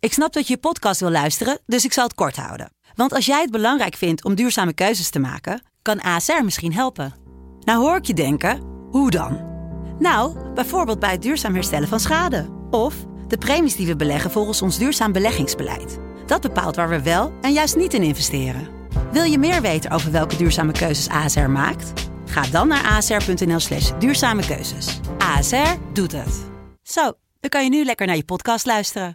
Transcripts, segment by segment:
Ik snap dat je podcast wil luisteren, dus ik zal het kort houden. Want als jij het belangrijk vindt om duurzame keuzes te maken, kan ASR misschien helpen. Nou hoor ik je denken, hoe dan? Nou, bijvoorbeeld bij het duurzaam herstellen van schade. Of de premies die we beleggen volgens ons duurzaam beleggingsbeleid. Dat bepaalt waar we wel en juist niet in investeren. Wil je meer weten over welke duurzame keuzes ASR maakt? Ga dan naar asr.nl/duurzame keuzes. ASR doet het. Zo, dan kan je nu lekker naar je podcast luisteren.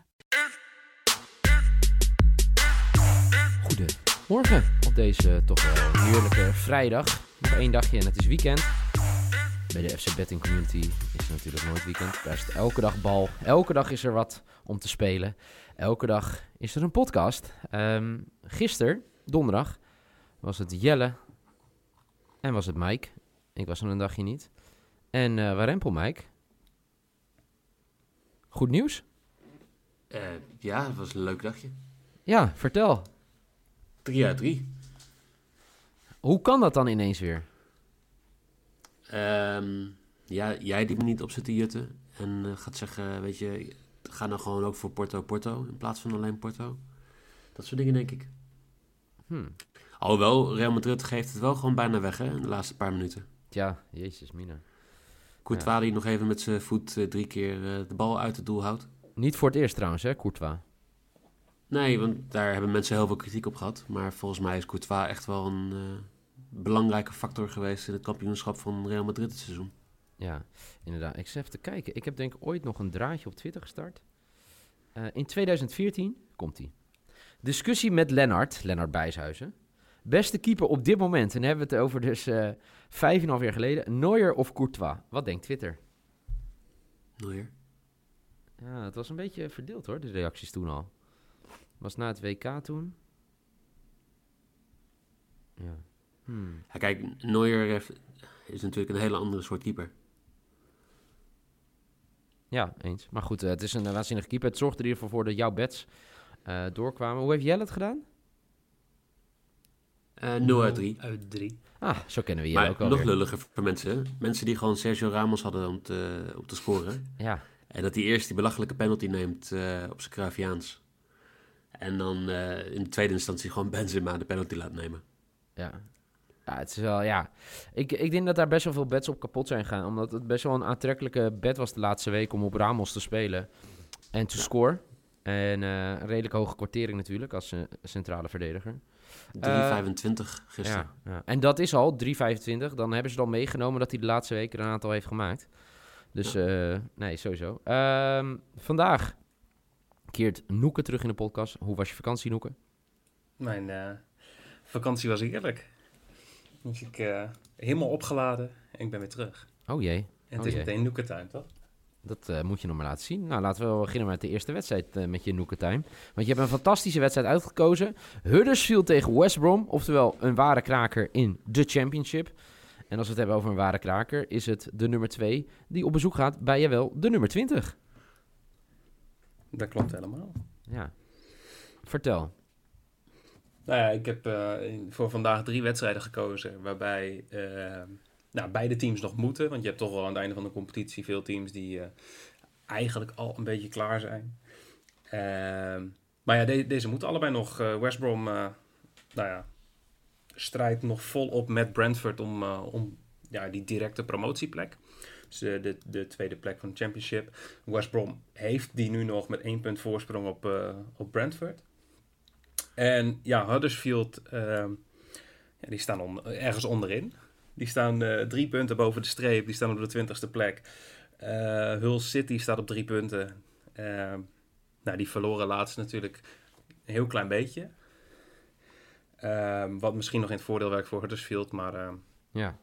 Goedemorgen op deze toch wel heerlijke vrijdag. Nog 1 dagje en het is weekend. Bij de FC Betting Community is het natuurlijk nooit weekend. Daar is het elke dag bal. Elke dag is er wat om te spelen. Elke dag is er een podcast. Gisteren, donderdag, was het Jelle en was het Mike. Ik was er een dagje niet. En Warempel, Mike. Goed nieuws? Ja, het was een leuk dagje. Ja, vertel. 3 uit 3. Hoe kan dat dan ineens weer? Ja, jij die me niet op zit te jutten en gaat zeggen, weet je, ga nou gewoon ook voor Porto in plaats van alleen Porto. Dat soort dingen, denk ik. Alhoewel, Real Madrid geeft het wel gewoon bijna weg, hè, in de laatste paar minuten. Ja, jezus mina. Courtois die nog even met zijn voet 3 keer de bal uit het doel houdt. Niet voor het eerst trouwens, hè, Courtois? Nee, want daar hebben mensen heel veel kritiek op gehad. Maar volgens mij is Courtois echt wel een belangrijke factor geweest in het kampioenschap van Real Madrid dit seizoen. Ja, inderdaad. Ik zit even te kijken. Ik heb denk ik ooit nog een draadje op Twitter gestart. In 2014 komt hij. Discussie met Lennart Bijshuizen. Beste keeper op dit moment. En dan hebben we het over dus 5,5 jaar geleden. Neuer of Courtois? Wat denkt Twitter? Neuer. Ja, het was een beetje verdeeld hoor, de reacties toen al. Was na het WK toen. Ja. Ja, kijk, Neuer is natuurlijk een hele andere soort keeper. Ja, eens. Maar goed, het is een waanzinnige keeper. Het zorgde er in ieder geval voor dat jouw bets doorkwamen. Hoe heeft Jelle het gedaan? 0 uit 3. Uit 3. Ah, zo kennen we Jelle ook wel nog weer. lulliger voor mensen. Hè? Mensen die gewoon Sergio Ramos hadden om te scoren. Ja. En dat hij eerst die belachelijke penalty neemt op zijn Cruyffiaans. En dan in de tweede instantie gewoon Benzema de penalty laat nemen. Ja. Ja, het is wel, ja. Ik denk dat daar best wel veel bets op kapot zijn gegaan. Omdat het best wel een aantrekkelijke bet was de laatste week om op Ramos te spelen. En te scoren. En een redelijk hoge kwartering natuurlijk als centrale verdediger. 3,25 gisteren. Ja. En dat is al 3,25. Dan hebben ze dan meegenomen dat hij de laatste weken een aantal heeft gemaakt. Dus nee, sowieso. Vandaag keert Noeke terug in de podcast. Hoe was je vakantie, Noeke? Mijn vakantie was heerlijk. Dus ik helemaal opgeladen en ik ben weer terug. Oh jee. En het is meteen Noekentuin, toch? Dat moet je nog maar laten zien. Nou, laten we wel beginnen met de eerste wedstrijd met je Noekentime. Want je hebt een fantastische wedstrijd uitgekozen. Huddersfield tegen West Brom. Oftewel een ware kraker in de Championship. En als we het hebben over een ware kraker, is het de nummer 2 die op bezoek gaat bij jawel de nummer 20. Dat klopt helemaal. Ja. Vertel. Nou ja, ik heb voor vandaag 3 wedstrijden gekozen waarbij beide teams nog moeten. Want je hebt toch wel aan het einde van de competitie veel teams die eigenlijk al een beetje klaar zijn. Maar ja, deze moeten allebei nog. West Brom strijdt nog volop met Brentford om die directe promotieplek. Dus de tweede plek van de Championship. West Brom heeft die nu nog met 1 punt voorsprong op Brentford. En ja, Huddersfield, die staan ergens onderin. Die staan 3 punten boven de streep. Die staan op de 20ste plek. Hull City staat op 3 punten. Die verloren laatst natuurlijk een heel klein beetje. Wat misschien nog in het voordeel werkt voor Huddersfield. Maar Ja.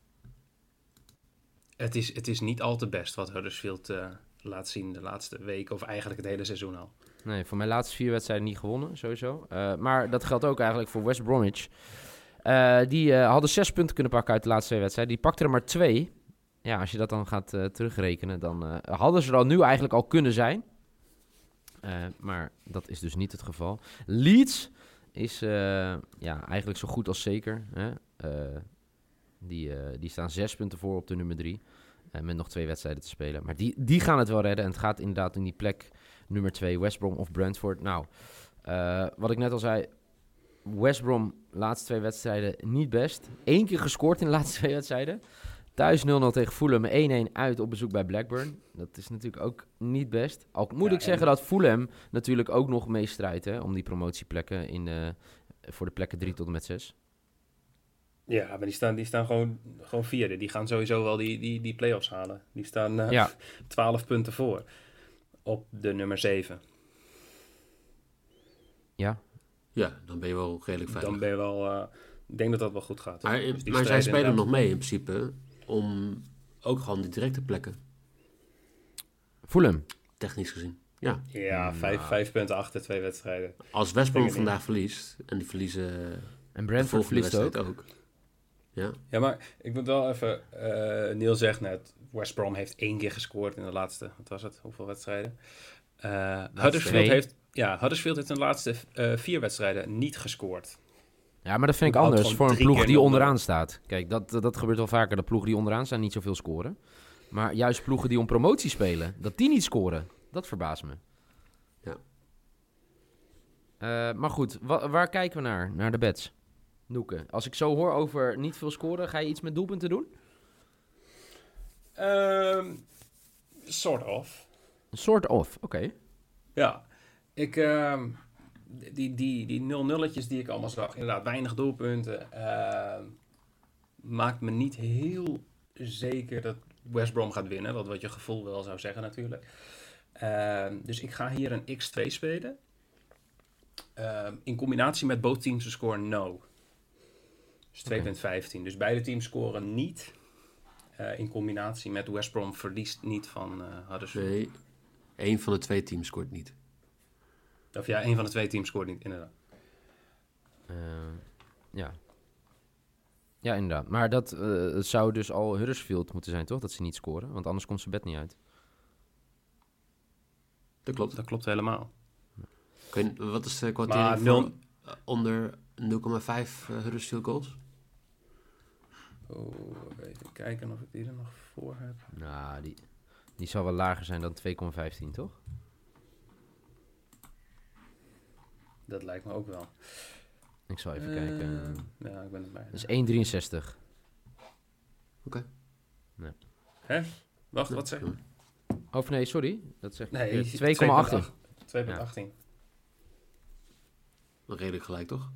het is niet al te best wat Huddersfield laat zien de laatste weken. Of eigenlijk het hele seizoen al. Nee, voor mijn laatste 4 wedstrijden niet gewonnen, sowieso. Maar dat geldt ook eigenlijk voor West Bromwich. Die hadden 6 punten kunnen pakken uit de laatste 2 wedstrijden. Die pakten er maar 2. Ja, als je dat dan gaat terugrekenen, dan hadden ze er al nu eigenlijk al kunnen zijn. Maar dat is dus niet het geval. Leeds is eigenlijk zo goed als zeker. Hè? Die staan 6 punten voor op de nummer 3. Met nog 2 wedstrijden te spelen. Maar die gaan het wel redden. En het gaat inderdaad in die plek nummer 2 West Brom of Brentford. Nou, wat ik net al zei, West Brom laatste 2 wedstrijden niet best. 1 keer gescoord in de laatste 2 wedstrijden. Thuis 0-0 tegen Fulham, 1-1 uit op bezoek bij Blackburn. Dat is natuurlijk ook niet best. Al moet ik zeggen dat Fulham natuurlijk ook nog meestrijdt om die promotieplekken voor de plekken 3 tot en met 6. Ja, maar die staan gewoon vierde. Die gaan sowieso wel die play-offs halen. Die staan 12 punten voor op de nummer 7. Ja. Ja, dan ben je wel redelijk veilig. Dan ben je wel... ik denk dat dat wel goed gaat. Maar, Dus maar zij spelen nog mee in principe om ook gewoon die directe plekken. Fulham. Technisch gezien. Ja. Ja, 5 punten achter 2 wedstrijden. Als West Brom vandaag verliest en die verliezen... En Brentford verliest ook. Ja, maar ik moet wel even... Neil zegt net, West Brom heeft 1 keer gescoord in de laatste... Wat was het? Hoeveel wedstrijden? Huddersfield heeft in de laatste 4 wedstrijden niet gescoord. Ja, maar dat vind ik anders voor een ploeg die onderaan staat. Kijk, dat gebeurt wel vaker. Dat ploegen die onderaan staan niet zoveel scoren. Maar juist ploegen die om promotie spelen, dat die niet scoren. Dat verbaast me. Ja. Maar goed, waar kijken we naar? Naar de bets. Noeke, als ik zo hoor over niet veel scoren, ga je iets met doelpunten doen? Sort of, oké. Ja, die 0-0'tjes die ik allemaal zag, inderdaad weinig doelpunten, maakt me niet heel zeker dat West Brom gaat winnen, wat je gevoel wel zou zeggen natuurlijk. Dus ik ga hier een x2 spelen, in combinatie met both teams to score no. Dus 2,15. Dus beide teams scoren niet, in combinatie met West Brom verliest niet van Huddersfield. Nee, 1 van de 2 teams scoort niet. Of ja, 1 van de 2 teams scoort niet, inderdaad. Ja. Ja, inderdaad. Maar het zou dus al Huddersfield moeten zijn, toch? Dat ze niet scoren, want anders komt zijn bet niet uit. Dat klopt. Dat klopt helemaal. Wat is de kwartering voor onder 0,5 Huddersfield goals? Even kijken of ik die er nog voor heb. Nou, die zal wel lager zijn dan 2,15, toch? Dat lijkt me ook wel. Ik zal even kijken. Ja, ik ben het bij. Dat is 1,63. Oké. Nee. Hè? Wacht, wat zeg je? Of nee, sorry. Dat zegt 2,18. 2,18. Nog redelijk gelijk, toch?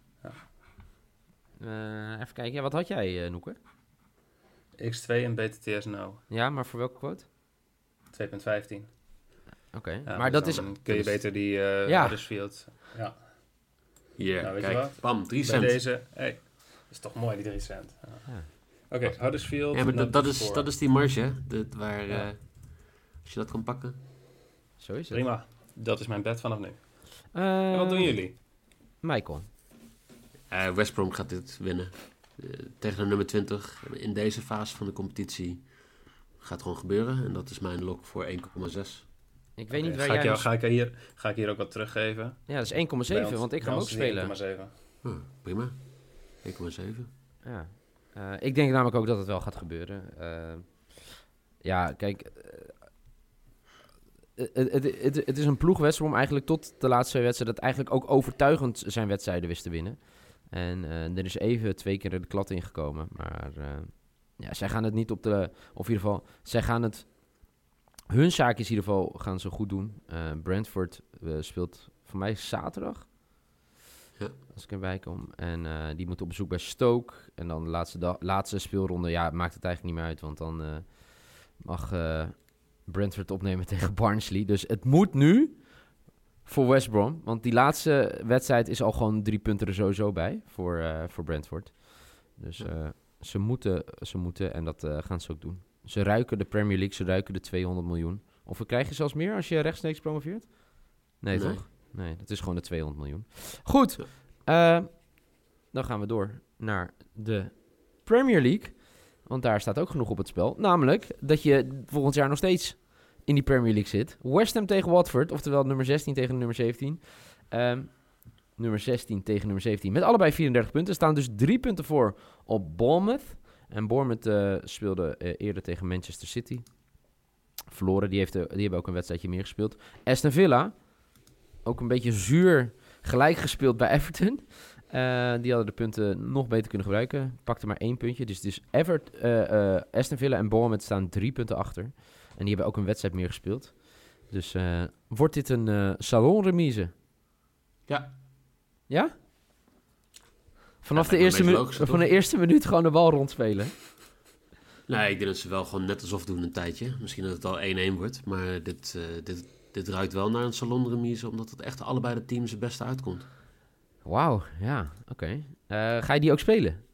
Even kijken. Ja, wat had jij, Noeke? X2 en BTTS no. Ja, maar voor welke quote? 2,15. Oké. Ja, Maar dus dat is... dan kun je beter die Huddersfield... Ja. Hier, Nou, kijk. Bam, 3 Bij cent. deze... Hey, is toch mooi, die 3 cent. Ja. Oké, Huddersfield... Ja, maar dat is die marge, waar... Als je dat kan pakken. Zo is het. Prima. Dat is mijn bet vanaf nu. En wat doen jullie? Michael. West Brom gaat dit winnen. Tegen de nummer 20 in deze fase van de competitie gaat gewoon gebeuren. En dat is mijn lok voor 1,6. Ik weet niet waar jij... Ga ik hier ook wat teruggeven? Ja, dat is 1,7, want ik ga hem ook spelen. 1,7. Prima. 1,7. Ja. Ik denk namelijk ook dat het wel gaat gebeuren. Ja, kijk... Het is een ploeg West Brom eigenlijk tot de laatste 2 wedstrijden... dat eigenlijk ook overtuigend zijn wedstrijden wist te winnen. En er is even 2 keer de klad ingekomen. Maar zij gaan het niet op de... Of in ieder geval, zij gaan het... Hun zaak is in ieder geval gaan ze goed doen. Brentford speelt voor mij zaterdag. Ja. Als ik erbij kom. En die moet op bezoek bij Stoke. En dan de laatste speelronde... Ja, maakt het eigenlijk niet meer uit. Want dan mag Brentford opnemen tegen Barnsley. Dus het moet nu voor West Brom. Want die laatste wedstrijd is al gewoon 3 punten er sowieso bij. Voor Brentford. Dus ze moeten. En dat gaan ze ook doen. Ze ruiken de Premier League, ze ruiken de 200 miljoen. Of we krijgen zelfs meer als je rechtstreeks promoveert? Nee, toch? Nee, dat is gewoon de 200 miljoen. Goed, dan gaan we door naar de Premier League. Want daar staat ook genoeg op het spel. Namelijk dat je volgend jaar nog steeds in die Premier League zit. West Ham tegen Watford, oftewel nummer 16 tegen nummer 17. Nummer 16 tegen nummer 17 met allebei 34 punten. Staan dus 3 punten voor op Bournemouth. En Bournemouth speelde eerder tegen Manchester City. verloren. Die hebben ook een wedstrijdje meer gespeeld. Aston Villa, ook een beetje zuur gelijk gespeeld bij Everton. Die hadden de punten nog beter kunnen gebruiken. Pakte maar 1 puntje. Dus Aston Villa en Bournemouth staan 3 punten achter. En die hebben ook een wedstrijd meer gespeeld. Dus wordt dit een salonremise? Ja. Ja? Vanaf Ja, van de eerste minuut gewoon de bal rondspelen. Nee, ik denk dat ze wel gewoon net alsof doen een tijdje. Misschien dat het al 1-1 wordt. Maar dit ruikt wel naar een salonremise, omdat het echt allebei de teams het beste uitkomt. Wauw, ja, oké. Ga je die ook spelen?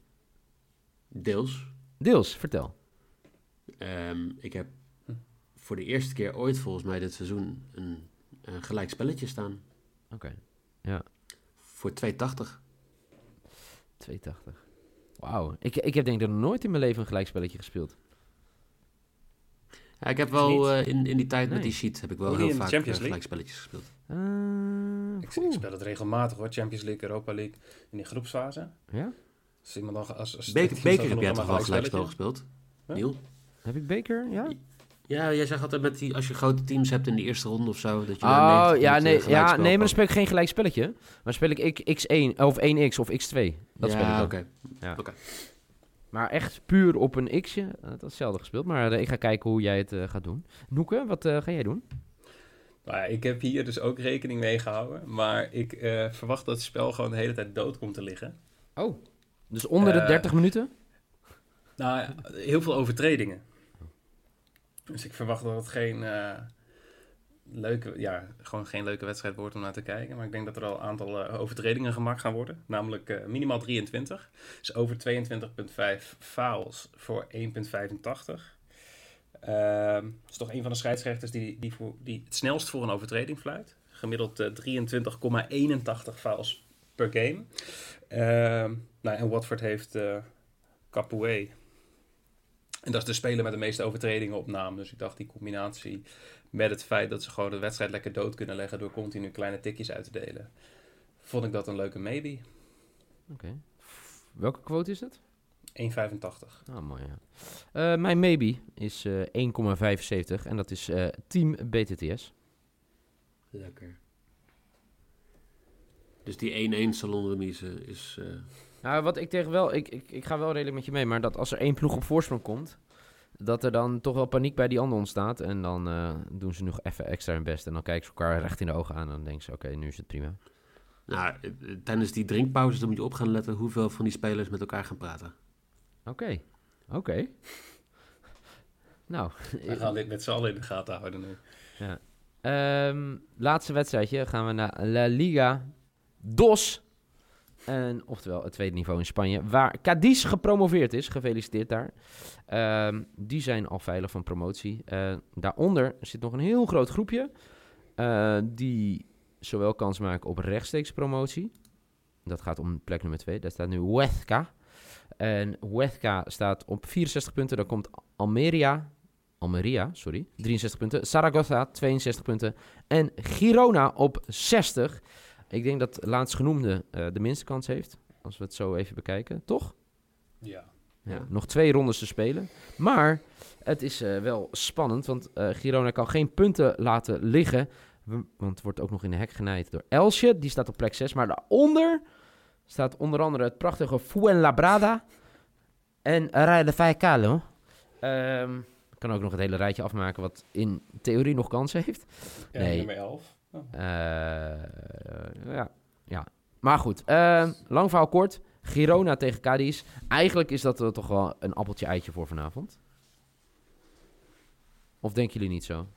Deels, vertel. Ik heb voor de eerste keer ooit volgens mij dit seizoen een gelijk spelletje staan. Oké, ja. Voor 2,80. 2,80. Wauw. Ik heb denk ik nog nooit in mijn leven een gelijkspelletje gespeeld. Ja, ik heb wel in die tijd met die sheet heb ik wel Niet heel in de vaak Champions League? gelijkspelletjes gespeeld. Ik speel het regelmatig hoor. Champions League, Europa League. In die groepsfase. Ja? Als iemand dan, als Beker heb jij toch wel gelijkspel gespeeld? Huh? Niel? Heb ik beker? Ja? Ja, jij zegt altijd met die, als je grote teams hebt in de eerste ronde of zo, dat je Oh, ja, nee, gelijkspel maar dan speel ik geen gelijkspelletje. Maar speel ik X1 of 1X of X2. Dat speel ik dan. Oké. Ja. Oké. Maar echt puur op een X'je, dat is zelden gespeeld. Maar ik ga kijken hoe jij het gaat doen. Noeke, wat ga jij doen? Nou ja, ik heb hier dus ook rekening mee gehouden. Maar ik verwacht dat het spel gewoon de hele tijd dood komt te liggen. Oh, dus onder de 30 minuten? Nou ja, heel veel overtredingen. Dus ik verwacht dat het geen geen leuke wedstrijd wordt om naar te kijken. Maar ik denk dat er al een aantal overtredingen gemaakt gaan worden. Namelijk minimaal 23. Dus over 22,5 fouls voor 1,85. Dat is toch een van de scheidsrechters die het snelst voor een overtreding fluit. Gemiddeld 23,81 fouls per game. En Watford heeft Capoue. En dat is de speler met de meeste overtredingen op naam. Dus ik dacht die combinatie met het feit dat ze gewoon de wedstrijd lekker dood kunnen leggen door continu kleine tikjes uit te delen. Vond ik dat een leuke maybe. Oké. Welke quote is dat? 1,85. Ah, mooi ja. Mijn maybe is 1,75 en dat is Team BTTS. Lekker. Dus die 1-1 salonremise is... Nou, wat ik tegen wel... Ik ga wel redelijk met je mee, maar dat als er 1 ploeg op voorsprong komt, dat er dan toch wel paniek bij die ander ontstaat. En dan doen ze nog even extra hun best. En dan kijken ze elkaar recht in de ogen aan en dan denken ze, oké, nu is het prima. Nou, tijdens die drinkpauzes dan moet je op gaan letten hoeveel van die spelers met elkaar gaan praten. Oké. Nou. We gaan dit met z'n allen in de gaten houden nu. Ja. Laatste wedstrijdje gaan we naar La Liga DOS. Oftewel het tweede niveau in Spanje, waar Cadiz gepromoveerd is. Gefeliciteerd daar. Die zijn al veilig van promotie. Daaronder zit nog een heel groot groepje die zowel kans maken op rechtstreeks promotie. Dat gaat om plek nummer 2. Daar staat nu Huesca. En Huesca staat op 64 punten. Dan komt Almeria, 63 punten. Zaragoza, 62 punten. En Girona op 60. Ik denk dat laatstgenoemde de minste kans heeft. Als we het zo even bekijken, toch? Ja. Nog 2 rondes te spelen. Maar het is wel spannend, want Girona kan geen punten laten liggen. Want het wordt ook nog in de hek genaaid door Elche. Die staat op plek 6. Maar daaronder staat onder andere het prachtige Fuenlabrada en Rayo Vallecano. Kan ook nog het hele rijtje afmaken wat in theorie nog kansen heeft. Ja, Nee. nummer 11. Oh. Ja. Maar goed, lang verhaal kort. Girona tegen Cadiz. Eigenlijk is dat toch wel een appeltje-eitje voor vanavond. Of denken jullie niet zo?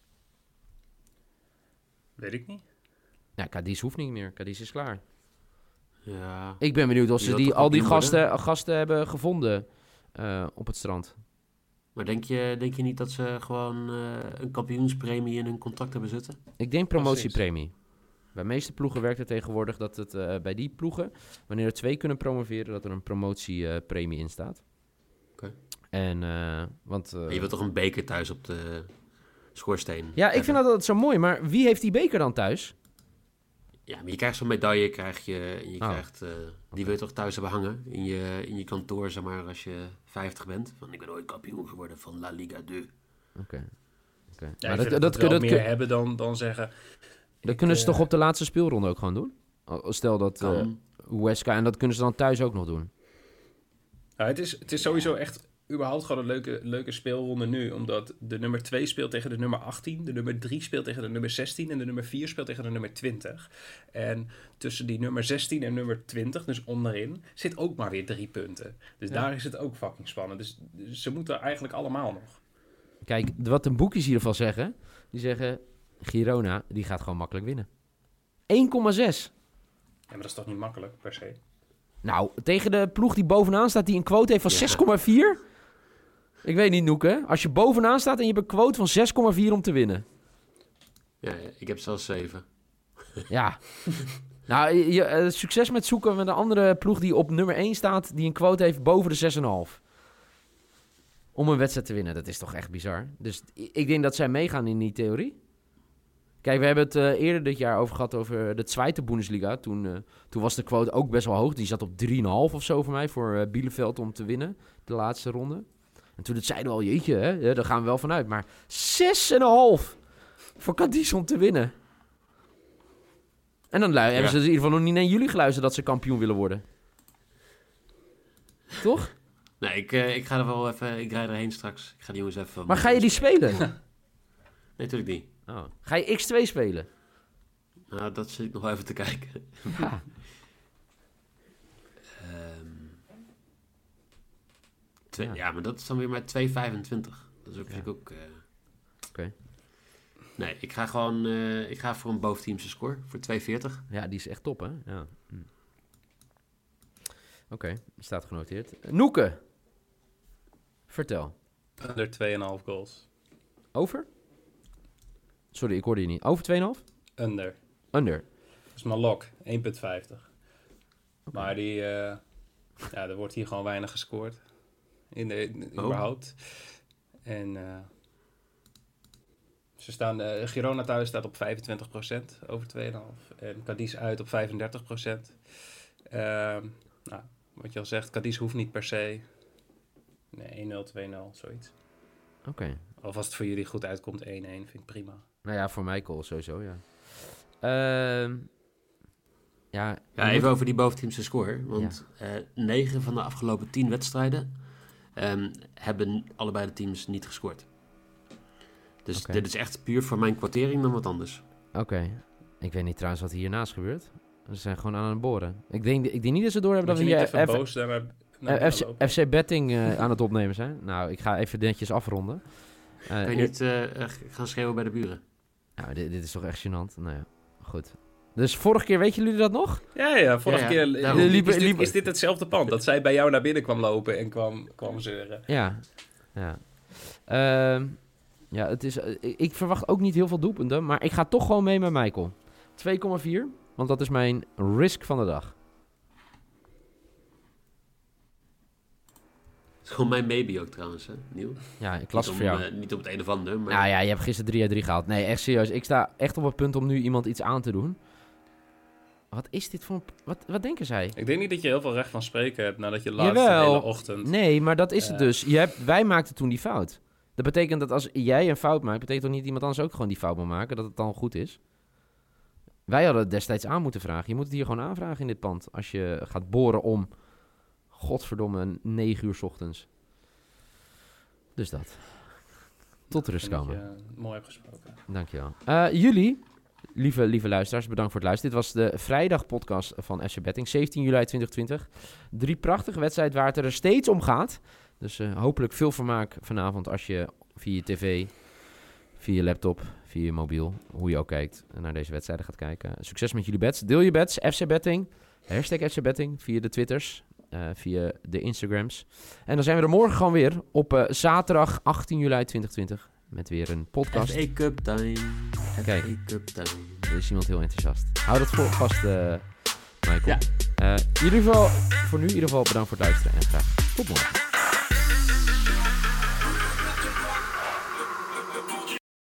Weet ik niet. Ja, Cadiz hoeft niet meer. Cadiz is klaar. Ja. Ik ben benieuwd of Die ze wil toch al die kampioen gasten hebben gevonden op het strand. Maar denk je niet dat ze gewoon een kampioenspremie in hun contract hebben zitten? Ik denk promotiepremie. Bij de meeste ploegen werkt het tegenwoordig dat het bij die ploegen, wanneer er 2 kunnen promoveren, dat er een promotiepremie in staat. Oké. Want Je wilt toch een beker thuis op de schoorsteen? ja, ik vind dat altijd zo mooi, maar wie heeft die beker dan thuis? Ja, maar je krijgt zo'n medaille, die wil je toch thuis hebben hangen in je kantoor, zeg maar, als je 50 bent. Van, ik ben ooit kampioen geworden van La Liga 2. Oké. Oké. Ja, Maar dat wel meer hebben dan zeggen... Dat kunnen ze toch op de laatste speelronde ook gewoon doen? Stel dat Huesca, en dat kunnen ze dan thuis ook nog doen. Nou, het is sowieso echt überhaupt gewoon een leuke speelronde nu. Omdat de nummer 2 speelt tegen de nummer 18. De nummer 3 speelt tegen de nummer 16. En de nummer 4 speelt tegen de nummer 20. En tussen die nummer 16 en nummer 20, dus onderin, zit ook maar weer 3 punten. Dus daar is het ook fucking spannend. Dus ze moeten eigenlijk allemaal nog. Kijk, wat de boekjes in ieder geval zeggen... Die zeggen, Girona, die gaat gewoon makkelijk winnen. 1,6. Ja, maar dat is toch niet makkelijk, per se? Nou, tegen de ploeg die bovenaan staat, die een quote heeft van 6,4. Ik weet niet, Noeke. Als je bovenaan staat en je hebt een quote van 6,4 om te winnen. Ja, ik heb zelfs 7. Ja. Nou, succes met zoeken met een andere ploeg die op nummer 1 staat, die een quote heeft boven de 6,5. Om een wedstrijd te winnen. Dat is toch echt bizar. Dus ik denk dat zij meegaan in die theorie. Kijk, we hebben het eerder dit jaar over gehad over de Zweite Bundesliga. Toen was de quote ook best wel hoog. Die zat op 3,5 of zo voor mij, voor Bielefeld om te winnen. De laatste ronde. En toen zeiden we al, jeetje, hè, ja, daar gaan we wel vanuit. Maar 6,5 voor Cadiz om te winnen. En dan hebben ze in ieder geval nog niet naar jullie geluisterd dat ze kampioen willen worden. Toch? Nee, ik ga er wel even... Ik rijd erheen straks. Ik ga die jongens even... Maar ga je die spelen? Nee, natuurlijk niet. Oh. Ga je X2 spelen? Nou, dat zit ik nog wel even te kijken. Ja. Ja, maar dat is dan weer maar 2,25. Dat is ook, vind ik ook... Oké. Nee, ik ga gewoon... ik ga voor een boventeamse score. Voor 2,40. Ja, die is echt top, hè? Ja. Oké, staat genoteerd. Noeke, vertel. Under 2,5 goals. Over? Sorry, ik hoorde je niet. Over 2,5? Under. Under. Dat is mijn lock. 1,50. Okay. Maar er wordt hier gewoon weinig gescoord. Überhaupt. En ze staan... Girona thuis staat op 25% over 2,5. En Cadiz uit op 35%. Wat je al zegt, Cadiz hoeft niet per se. Nee, 1-0, 2-0, zoiets. Oké. Of als het voor jullie goed uitkomt, 1-1, vind ik prima. Nou ja, voor mij goal sowieso, ja. Even over die boventeamse score. Want 9 van de afgelopen 10 wedstrijden hebben allebei de teams niet gescoord. Dus dit is echt puur voor mijn kwartering dan wat anders. Oké. Ik weet niet trouwens wat hiernaast gebeurt. Ze zijn gewoon aan het boren. Ik denk niet dat ze door hebben dat we hier FC Betting aan het opnemen zijn. Nou, ik ga even netjes afronden. Kan je niet gaan schreeuwen bij de buren? Nou, dit is toch echt gênant. Nou ja, goed. Dus vorige keer, weten jullie dat nog? Ja, vorige keer is dit hetzelfde pand. Dat zij bij jou naar binnen kwam lopen en kwam zeuren. Ja. Het is, ik verwacht ook niet heel veel doelpunten, maar ik ga toch gewoon mee met Michael. 2,4, want dat is mijn risk van de dag. Dat is gewoon mijn maybe ook trouwens, hè, Niel? Ja, ik las het voor jou. Niet op het een of ander, maar... Nou ja, je hebt gisteren 3/3 gehaald. Nee, echt serieus. Ik sta echt op het punt om nu iemand iets aan te doen. Wat is dit voor... Wat denken zij? Ik denk niet dat je heel veel recht van spreken hebt nadat je laatst de hele ochtend... Nee, maar dat is het dus. Wij maakten toen die fout. Dat betekent dat als jij een fout maakt, betekent toch niet iemand anders ook gewoon die fout moet maken, dat het dan goed is? Wij hadden het destijds aan moeten vragen. Je moet het hier gewoon aanvragen in dit pand. Als je gaat boren om, godverdomme, 9 uur 's ochtends. Dus dat. Tot rust komen. Mooi heb gesproken. Dankjewel. Jullie, lieve luisteraars, bedankt voor het luisteren. Dit was de vrijdagpodcast van FC Betting, 17 juli 2020. 3 prachtige wedstrijden waar het er steeds om gaat. Dus hopelijk veel vermaak vanavond als je via je tv, via je laptop, via je mobiel, hoe je ook kijkt, naar deze wedstrijden gaat kijken. Succes met jullie bets. Deel je bets, FC Betting, #FC Betting, via de Twitters, via de Instagrams. En dan zijn we er morgen gewoon weer op zaterdag 18 juli 2020 met weer een podcast. FA Cup time. Kijk, FA Cup time. Er is iemand heel enthousiast. Hou dat vast, Michael. Ja. Voor nu in ieder geval bedankt voor het luisteren en graag tot morgen.